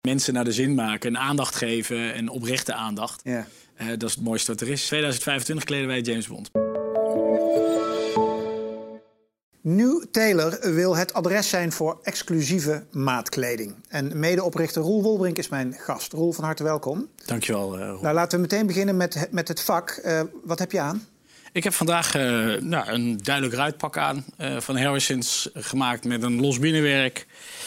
Mensen naar de zin maken en aandacht geven en oprechte aandacht. Ja. Dat is het mooiste wat er is. 2025 kleden wij James Bond. New Tailor wil het adres zijn voor exclusieve maatkleding. En medeoprichter Roel Wolbrink is mijn gast. Roel, van harte welkom. Dankjewel, Roel. Nou, laten we meteen beginnen met het vak. Wat heb je aan? Ik heb vandaag een duidelijk ruitpak aan van Harrisons, gemaakt met een los binnenwerk.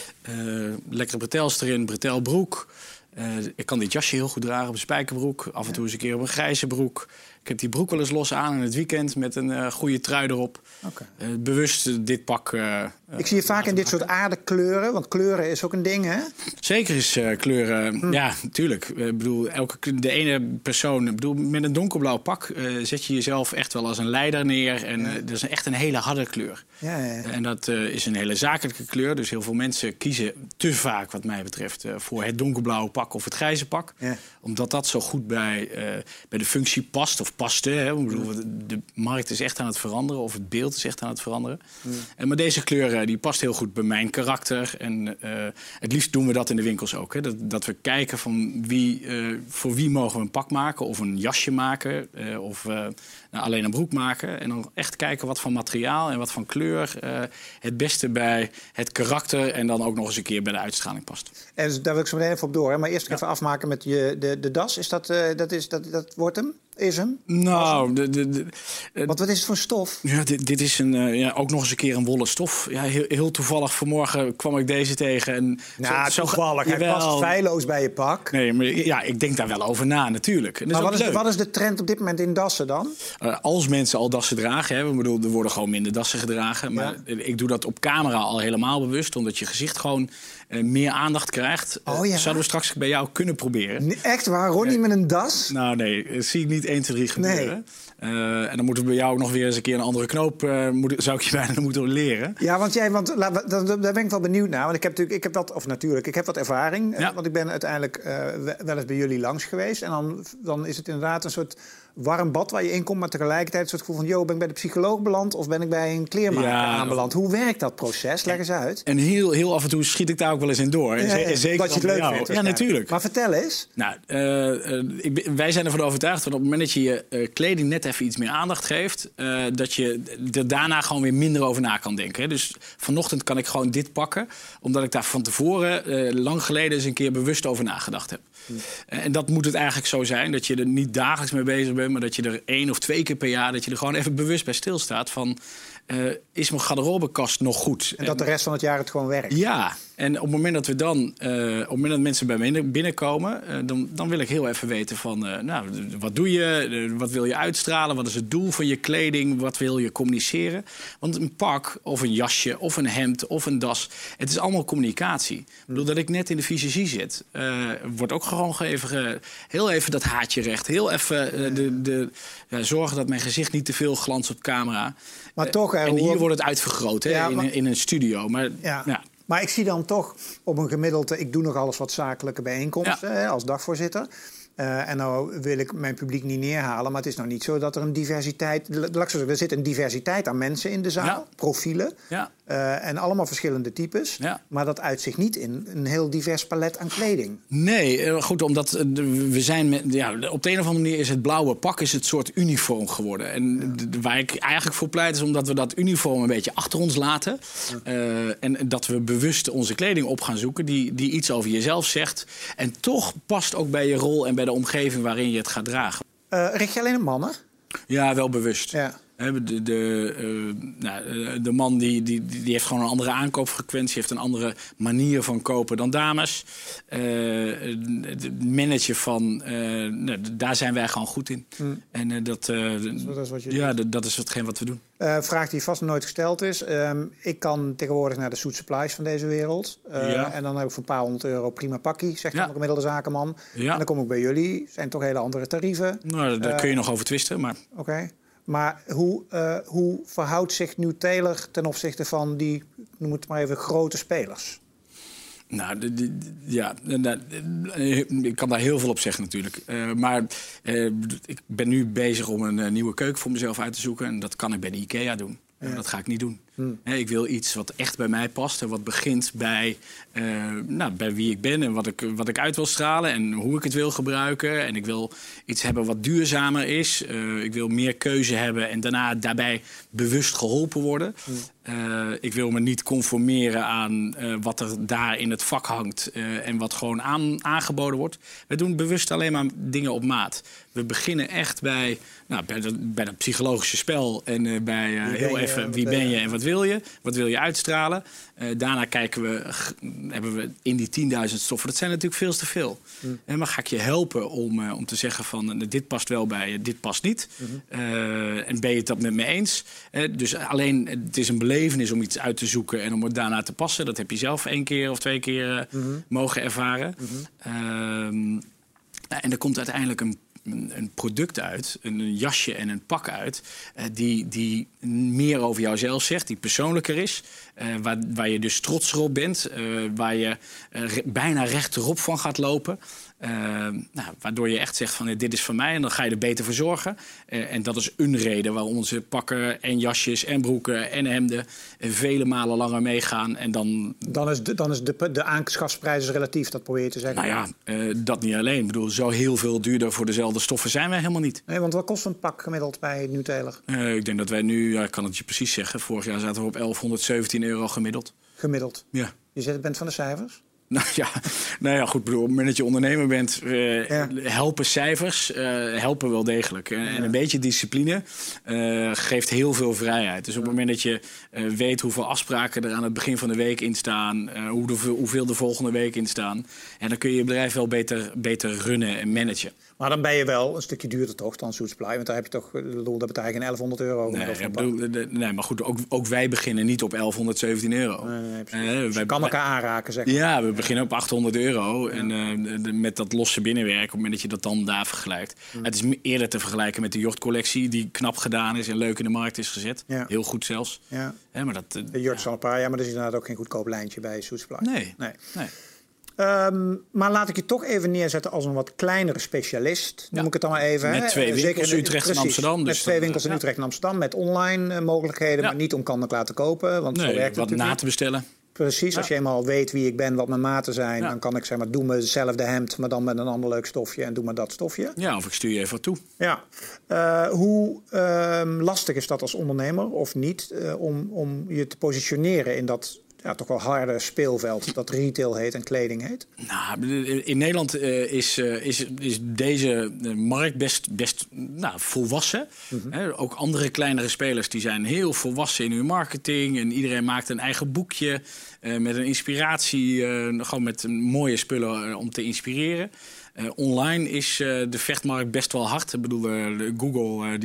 Lekkere bretels erin, bretelbroek. Ik kan dit jasje heel goed dragen op een spijkerbroek. Af en toe eens een keer op een grijze broek. Ik heb die broek wel eens los aan in het weekend met een goede trui erop. Okay. Bewust dit pak... ik zie je vaak in dit soort aardekleuren, want kleuren is ook een ding, hè? Zeker is kleuren, ja, natuurlijk. Ik bedoel, de ene persoon... met een donkerblauw pak zet je jezelf echt wel als een leider neer. En dat is echt een hele harde kleur. Ja. En dat is een hele zakelijke kleur. Dus heel veel mensen kiezen te vaak, wat mij betreft, voor het donkerblauwe pak of het grijze pak. Ja. Omdat dat zo goed bij de functie past of paste. Hè? Ik bedoel, de markt is echt aan het veranderen, of het beeld is echt aan het veranderen. Maar deze kleur die past heel goed bij mijn karakter. En het liefst doen we dat in de winkels ook. Hè? Dat we kijken van voor wie mogen we een pak maken, of een jasje maken, of alleen een broek maken. En dan echt kijken wat voor materiaal en wat voor kleur het beste bij het karakter en dan ook nog eens een keer bij de uitstraling past. En dus daar wil ik zo meteen even op door. Hè? Maar eerst even afmaken met de das. Is dat wordt hem? Is hem? Nou, wat is het voor stof? Ja, dit is ook nog eens een keer een wollen stof. Ja, heel toevallig vanmorgen kwam ik deze tegen. En toevallig. Hij past feilloos bij je pak. Nee, maar ja, ik denk daar wel over na, natuurlijk. En maar wat is de trend op dit moment in dassen dan? Als mensen al dassen dragen, hè, bedoel, er worden gewoon minder dassen gedragen. Maar ik doe dat op camera al helemaal bewust, omdat je gezicht gewoon meer aandacht krijgt. Zouden we straks bij jou kunnen proberen? Echt waar? Ronnie met een das? Nou nee, dat zie ik niet 1, 2, 3 gebeuren. Nee. En dan moeten we bij jou ook nog weer eens een keer een andere knoop... zou ik je bijna moeten leren. Ja, daar ben ik wel benieuwd naar. Want ik heb wat ervaring. Ja. Want ik ben uiteindelijk wel eens bij jullie langs geweest. En dan is het inderdaad een soort warm bad waar je in komt, maar tegelijkertijd een soort gevoel van, ben ik bij de psycholoog beland of ben ik bij een kleermaker aanbeland? Hoe werkt dat proces? Leg eens uit. En heel af en toe schiet ik daar ook wel eens in door. Zeker dat je het leuk vindt. Ja, natuurlijk. Maar vertel eens. Nou, wij zijn ervan overtuigd dat op het moment dat je je kleding net even iets meer aandacht geeft, dat je er daarna gewoon weer minder over na kan denken. Hè? Dus vanochtend kan ik gewoon dit pakken, omdat ik daar van tevoren lang geleden eens een keer bewust over nagedacht heb. En dat moet het eigenlijk zo zijn, dat je er niet dagelijks mee bezig bent, maar dat je er 1 of 2 keer per jaar, dat je er gewoon even bewust bij stilstaat van, is mijn garderobekast nog goed? En dat de rest van het jaar het gewoon werkt. Ja, en op het moment dat mensen bij me binnenkomen, dan wil ik heel even weten van, wat doe je? Wat wil je uitstralen? Wat is het doel van je kleding? Wat wil je communiceren? Want een pak of een jasje of een hemd of een das, het is allemaal communicatie. Ik bedoel, dat ik net in de visagie zit, wordt ook gewoon heel even dat haartje recht. Heel even zorgen dat mijn gezicht niet te veel glans op camera. Maar toch, en hier wordt het uitvergroot in een studio. Maar, maar ik zie dan toch op een gemiddelde... Ik doe nog alles wat zakelijke bijeenkomsten als dagvoorzitter. En nou wil ik mijn publiek niet neerhalen, maar het is nou niet zo dat er een diversiteit... Er zit een diversiteit aan mensen in de zaal, profielen. Ja. En allemaal verschillende types. Ja. Maar dat uitzicht niet in een heel divers palet aan kleding. Nee, goed, omdat we zijn... op de een of andere manier is het blauwe pak een soort uniform geworden. En waar ik eigenlijk voor pleit is omdat we dat uniform een beetje achter ons laten. En dat we bewust onze kleding op gaan zoeken die iets over jezelf zegt. En toch past ook bij je rol en bij de omgeving waarin je het gaat dragen. Richt je alleen op mannen? Ja, wel bewust. Ja. De man die heeft gewoon een andere aankoopfrequentie, heeft een andere manier van kopen dan dames. Het managen van, daar zijn wij gewoon goed in. En dat is wat je doet. Dat is hetgeen wat we doen. Vraag die vast nooit gesteld is. Ik kan tegenwoordig naar de Soet Supplies van deze wereld. En dan heb ik voor een paar €100 prima pakkie, zegt een gemiddelde zakenman. Ja. En dan kom ik bij jullie. Zijn toch hele andere tarieven. Nou, daar kun je nog over twisten. Maar... Oké. Maar hoe verhoudt zich New Tailor ten opzichte van die, noem het maar even, grote spelers? Nou, ik kan daar heel veel op zeggen natuurlijk. Maar ik ben nu bezig om een nieuwe keuken voor mezelf uit te zoeken. En dat kan ik bij de IKEA doen. Ja. Dat ga ik niet doen. Ik wil iets wat echt bij mij past en wat begint bij wie ik ben en wat ik uit wil stralen en hoe ik het wil gebruiken. En ik wil iets hebben wat duurzamer is. Ik wil meer keuze hebben en daarna daarbij bewust geholpen worden. Ik wil me niet conformeren aan wat er daar in het vak hangt en wat gewoon aangeboden wordt. We doen bewust alleen maar dingen op maat. We beginnen echt bij dat psychologische spel en bij heel even wie ben je en wat wil je? Wat wil je uitstralen? Daarna hebben we in die 10.000 stoffen. Dat zijn natuurlijk veel te veel. Maar ga ik je helpen om te zeggen van dit past wel bij je, dit past niet. En ben je het dat met me eens? Dus alleen het is een belevenis om iets uit te zoeken en om het daarna te passen. Dat heb je zelf 1 keer of 2 keer mogen ervaren. En er komt uiteindelijk een product uit, een jasje en een pak uit, die meer over jouzelf zegt, die persoonlijker is, waar je dus trotser op bent, waar je bijna rechterop van gaat lopen. Waardoor je echt zegt van dit is van mij en dan ga je er beter voor zorgen. En dat is een reden waarom onze pakken en jasjes en broeken en hemden vele malen langer meegaan. En dan is de aanschafsprijs relatief, dat probeer je te zeggen. Nou ja, dat niet alleen. Ik bedoel, zo heel veel duurder voor dezelfde stoffen zijn wij helemaal niet. Nee, want wat kost een pak gemiddeld bij New Tailor? Ik denk dat wij nu, ik kan het je precies zeggen, vorig jaar zaten we op €1117 gemiddeld. Gemiddeld? Ja. Je bent van de cijfers? Nou ja, goed. Bedoel, op het moment dat je ondernemer bent, helpen cijfers helpen wel degelijk. En een beetje discipline geeft heel veel vrijheid. Dus op het moment dat je weet hoeveel afspraken er aan het begin van de week in staan, hoeveel de volgende week in staan, en dan kun je je bedrijf wel beter runnen en managen. Maar dan ben je wel een stukje duurder toch dan Soetsply? Want daar heb je toch, daar betaal je geen €1100. Nee, maar goed, ook wij beginnen niet op €1117. Wij kan elkaar aanraken, zeg maar. Ja, we beginnen op €800. En met dat losse binnenwerk, op het moment dat je dat dan daar vergelijkt. Het is eerder te vergelijken met de Jort-collectie, die knap gedaan is en leuk in de markt is gezet. Ja. Heel goed zelfs. Ja. Maar de Jort is al een paar jaar, maar er is inderdaad ook geen goedkoop lijntje bij Soetsply. Nee. Maar laat ik je toch even neerzetten als een wat kleinere specialist. Noem ik het dan maar even. Met 2 winkels, Utrecht en Amsterdam. Met 2 winkels in Utrecht en Amsterdam. Met online mogelijkheden, maar niet om kant-en-klaar te kopen. Want zo werkt het wat na te bestellen. Precies, als je eenmaal weet wie ik ben, wat mijn maten zijn, dan kan ik zeggen, doe me hetzelfde hemd, maar dan met een ander leuk stofje en doe maar dat stofje. Ja, of ik stuur je even wat toe. Ja. Hoe lastig is dat als ondernemer of niet om je te positioneren in dat toch wel harde speelveld dat retail heet en kleding heet? Nou, in Nederland is deze markt best volwassen. Ook andere kleinere spelers die zijn heel volwassen in hun marketing. En iedereen maakt een eigen boekje met een inspiratie. Gewoon met mooie spullen om te inspireren. Online is de vechtmarkt best wel hard. Ik bedoel, Google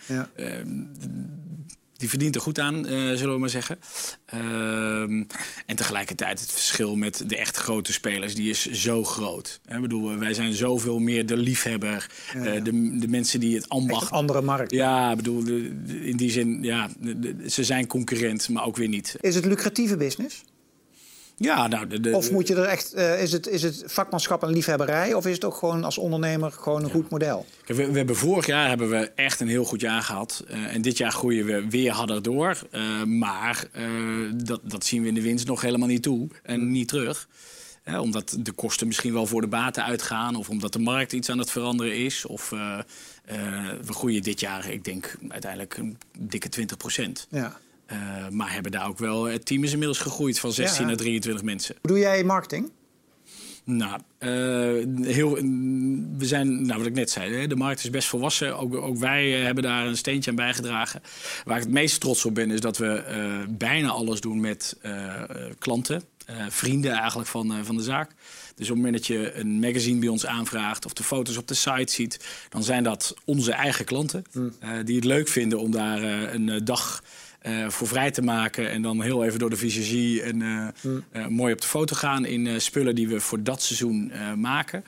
die verdient er goed aan, zullen we maar zeggen. En tegelijkertijd het verschil met de echt grote spelers, die is zo groot. Ik bedoel, wij zijn zoveel meer de liefhebber. De mensen die het ambacht... Echt een andere markt. Ja, ik bedoel, in die zin, ze zijn concurrent, maar ook weer niet. Is het lucratieve business? Ja, of moet je er echt, is het vakmanschap en liefhebberij, of is het ook gewoon als ondernemer gewoon een goed model? Kijk, we hebben vorig jaar echt een heel goed jaar gehad. En dit jaar groeien we weer harder door. Maar dat zien we in de winst nog helemaal niet toe en niet terug. Omdat de kosten misschien wel voor de baten uitgaan, of omdat de markt iets aan het veranderen is. Of we groeien dit jaar, ik denk uiteindelijk een dikke 20%. Ja. Maar hebben daar ook wel... Het team is inmiddels gegroeid van 16 naar 23 mensen. Hoe doe jij marketing? Nou, we zijn, wat ik net zei, de markt is best volwassen. Ook wij hebben daar een steentje aan bijgedragen. Waar ik het meest trots op ben, is dat we bijna alles doen met klanten. Vrienden eigenlijk van de zaak. Dus op het moment dat je een magazine bij ons aanvraagt of de foto's op de site ziet, dan zijn dat onze eigen klanten. Die het leuk vinden om daar een dag voor vrij te maken en dan heel even door de visagie en mooi op de foto gaan in spullen die we voor dat seizoen maken.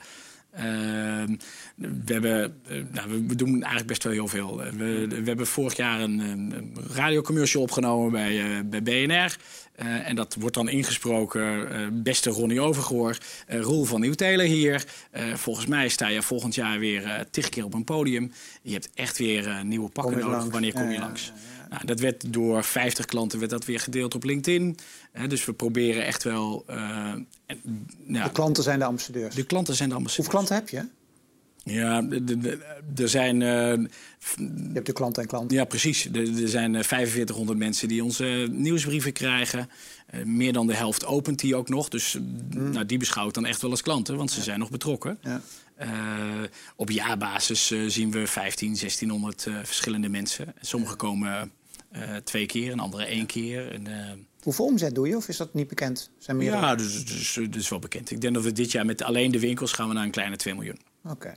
We doen eigenlijk best wel heel veel. We hebben vorig jaar een radiocommercial opgenomen bij BNR. En dat wordt dan ingesproken, beste Ronnie Overgoor, Roel van Nieuwtelen hier. Volgens mij sta je volgend jaar weer 10 keer op een podium. Je hebt echt weer nieuwe pakken nodig. Wanneer kom je langs? Nou, dat werd door 50 klanten weer gedeeld op LinkedIn. Dus we proberen echt wel... de klanten zijn de ambassadeurs? De klanten zijn de ambassadeurs. Hoeveel klanten heb je? Ja, er zijn... je hebt de klanten en klanten. Ja, precies. Er zijn 4500 mensen die onze nieuwsbrieven krijgen. Meer dan de helft opent die ook nog. Dus die beschouw ik dan echt wel als klanten, want ze zijn nog betrokken. Ja. Op jaarbasis zien we 1600 verschillende mensen. Sommigen komen 2 keer en andere 1 keer. Hoeveel omzet doe je, of is dat niet bekend? Ja, dus is wel bekend. Ik denk dat we dit jaar met alleen de winkels gaan we naar een kleine 2 miljoen. Oké.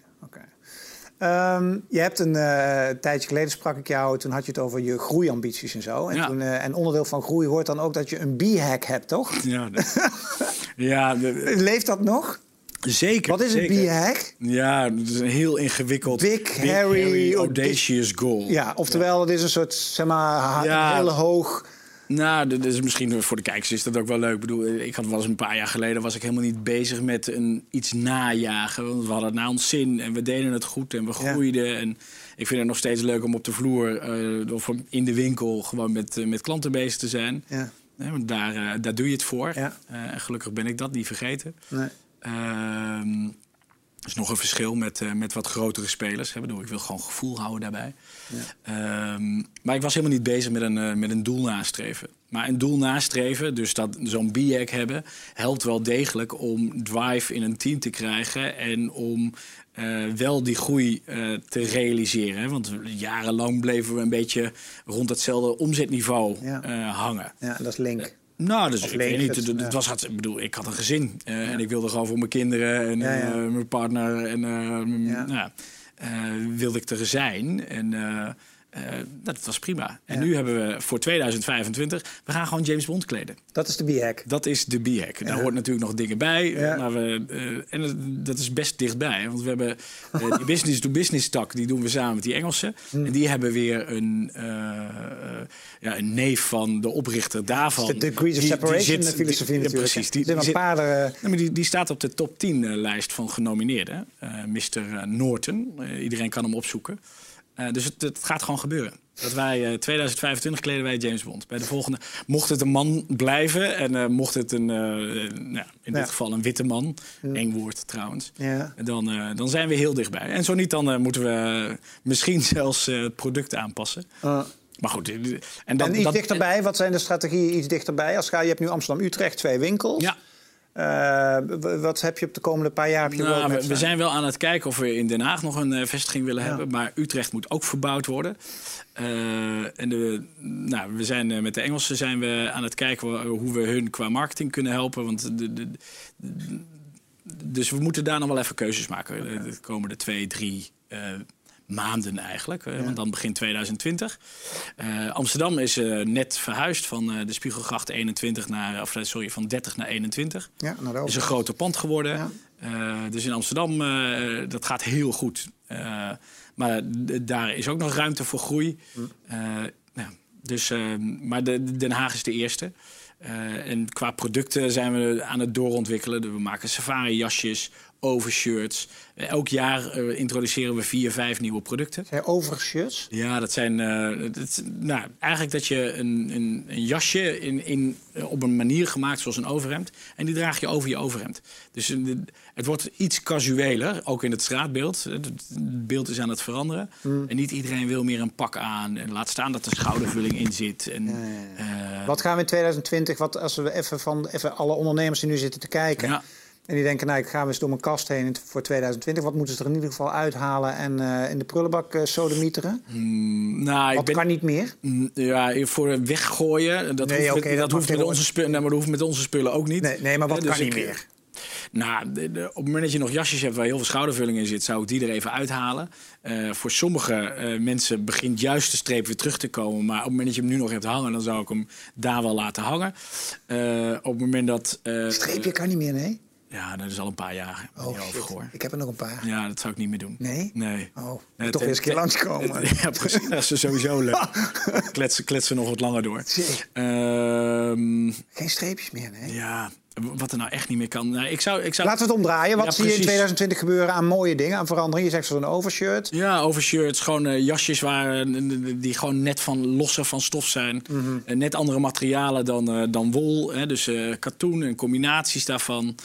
Je hebt een tijdje geleden sprak ik jou, toen had je het over je groeiambities en zo. En, en onderdeel van groei hoort dan ook dat je een B-hack hebt, toch? Ja. Leeft dat nog? Zeker. Wat is een B-hack? Ja, dat is een heel ingewikkeld... Big Hairy audacious goal. Ja, oftewel, het is een soort, zeg maar, heel hoog... Nou, dat is misschien voor de kijkers is dat ook wel leuk. Ik bedoel, ik had wel eens een paar jaar geleden was ik helemaal niet bezig met iets najagen. Want we hadden het naar ons zin en we deden het goed en we groeiden. Ja. En ik vind het nog steeds leuk om op de vloer of in de winkel gewoon met klanten bezig te zijn. Ja. Want daar doe je het voor. Ja. En gelukkig ben ik dat niet vergeten. Nee. Er is nog een verschil met wat grotere spelers. Ik wil gewoon gevoel houden daarbij. Ja. Maar ik was helemaal niet bezig met een doel nastreven. Maar een doel nastreven, dus zo'n B-hack hebben... helpt wel degelijk om drive in een team te krijgen... en om wel die groei te realiseren. Hè? Want jarenlang bleven we een beetje rond hetzelfde omzetniveau hangen. Ja, dat is link. Nou, dus ik weet niet. Het was ik had een gezin en ik wilde gewoon voor mijn kinderen en mijn partner en wilde ik er zijn en dat was prima. En nu hebben we voor 2025, we gaan gewoon James Bond kleden. Dat is de B-hack. Dat is de B-hack. Daar hoort natuurlijk nog dingen bij, maar dat is best dichtbij. Want we hebben die business-to-business tak, die doen we samen met die Engelsen. En die hebben weer een neef van de oprichter daarvan. De degrees of separation, de filosofie natuurlijk. Precies. Die staat op de top 10 lijst van genomineerden. Mr. Norton. Iedereen kan hem opzoeken. Dus het gaat gewoon gebeuren. Dat wij 2025 kleden wij James Bond. Bij de volgende mocht het een man blijven en mocht het in dit geval een witte man, eng woord trouwens, dan zijn we heel dichtbij. En zo niet, dan moeten we misschien zelfs het product aanpassen. Maar goed. En iets dichterbij, wat zijn de strategieën iets dichterbij? Je hebt nu Amsterdam-Utrecht 2 winkels. Ja. Wat heb je op de komende paar jaar? We zijn wel aan het kijken of we in Den Haag nog een vestiging willen hebben. Maar Utrecht moet ook verbouwd worden. We zijn met de Engelsen zijn we aan het kijken hoe we hun qua marketing kunnen helpen. Want dus we moeten daar nog wel even keuzes maken. De komende 2-3 maanden eigenlijk, want dan begint 2020. Amsterdam is net verhuisd van de Spiegelgracht 21 van 30 naar 21. Ja, het is een groter pand geworden. Ja. Dus in Amsterdam, dat gaat heel goed. Maar daar is ook nog ruimte voor groei. Maar Den Haag is de eerste. En qua producten zijn we aan het doorontwikkelen. We maken safari-jasjes, overshirts. Elk jaar introduceren we 4-5 nieuwe producten. Zijn overshirts? Ja, dat zijn eigenlijk dat je een jasje op een manier gemaakt zoals een overhemd. En die draag je over je overhemd. Dus het wordt iets casueler, ook in het straatbeeld. Het beeld is aan het veranderen. En niet iedereen wil meer een pak aan. En laat staan dat er schoudervulling in zit. En, wat gaan we in 2020, als we even alle ondernemers die nu zitten te kijken... Ja. En die denken, ik ga eens door mijn kast heen voor 2020. Wat moeten ze er in ieder geval uithalen en in de prullenbak sodemieteren? Wat kan niet meer? Voor weggooien. Dat hoeft met onze spullen ook niet. Nee, maar wat kan niet meer? Op het moment dat je nog jasjes hebt waar heel veel schoudervulling in zit, zou ik die er even uithalen. Voor sommige mensen begint juist de streep weer terug te komen. Maar op het moment dat je hem nu nog hebt hangen, dan zou ik hem daar wel laten hangen. Op het moment dat... Streepje kan niet meer, nee? Ja, dat is al een paar jaar over gehoord. Ik heb er nog een paar. Ja, dat zou ik niet meer doen. Nee? Nee. Oh, toch weer eens een keer langskomen. Ja, precies. Dat is sowieso leuk. Kletsen nog wat langer door. Geen streepjes meer, nee? Ja, wat er nou echt niet meer kan. Nou, ik zou... Laten we het omdraaien. Wat zie je in 2020 gebeuren aan mooie dingen, aan veranderingen? Je zegt zo'n overshirt. Ja, overshirts. Gewoon jasjes die gewoon net losser van stof zijn. Net andere materialen dan wol. Hè? Dus katoen en combinaties daarvan.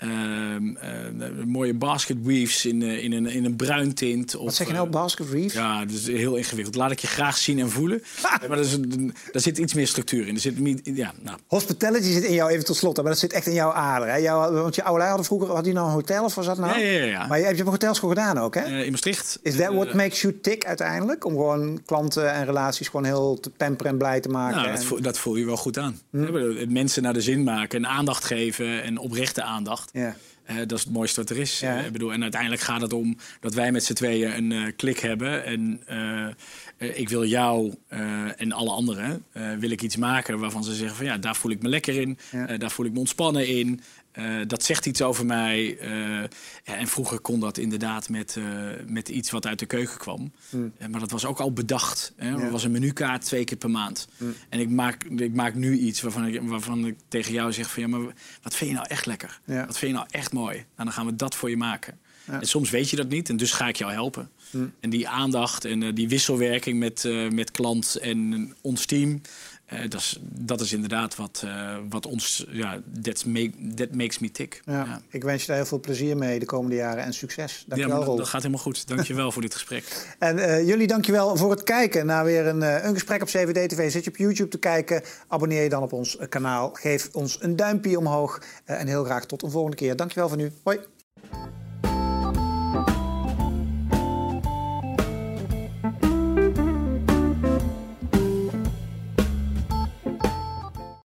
Mooie basket weaves in een bruin tint. Wat zeg je nou, basket weave? Ja, dat is heel ingewikkeld. Laat ik je graag zien en voelen. Maar daar zit iets meer structuur in. Hospitality zit in jou, even tot slot, maar dat zit echt in jouw ader. Hè? Want je oude had vroeger, had hij nou een hotel of was dat nou? Ja. Maar je hebt een hotelschool gedaan ook, hè? In Maastricht. Is that what makes you tick uiteindelijk? Om gewoon klanten en relaties gewoon heel te pamperen en blij te maken? Nou, dat voel je wel goed aan. Mensen naar de zin maken en aandacht geven en oprechte aandacht. Ja. Dat is het mooiste wat er is. Ja. En uiteindelijk gaat het om dat wij met z'n tweeën een klik hebben. En ik wil jou en alle anderen wil ik iets maken waarvan ze zeggen van ja, daar voel ik me lekker in. Ja. Daar voel ik me ontspannen in. Dat zegt iets over mij. En vroeger kon dat inderdaad met iets wat uit de keuken kwam. Maar dat was ook al bedacht. Hè? Er was een menukaart 2 keer per maand. En ik maak nu iets waarvan ik tegen jou zeg van ja, maar wat vind je nou echt lekker? Ja. Wat vind je nou echt mooi? Nou, dan gaan we dat voor je maken. Ja. En soms weet je dat niet en dus ga ik jou helpen. En die aandacht en die wisselwerking met klant en ons team. Dat is inderdaad wat ons... Ja, that makes me tick. Ja. Ja. Ik wens je daar heel veel plezier mee de komende jaren en succes. Dankjewel, Rolf. Dat gaat helemaal goed. Dankjewel voor dit gesprek. En jullie dankjewel voor het kijken naar weer een gesprek op CVD-TV. Zit je op YouTube te kijken, abonneer je dan op ons kanaal. Geef ons een duimpje omhoog. En heel graag tot een volgende keer. Dankjewel voor nu. Hoi.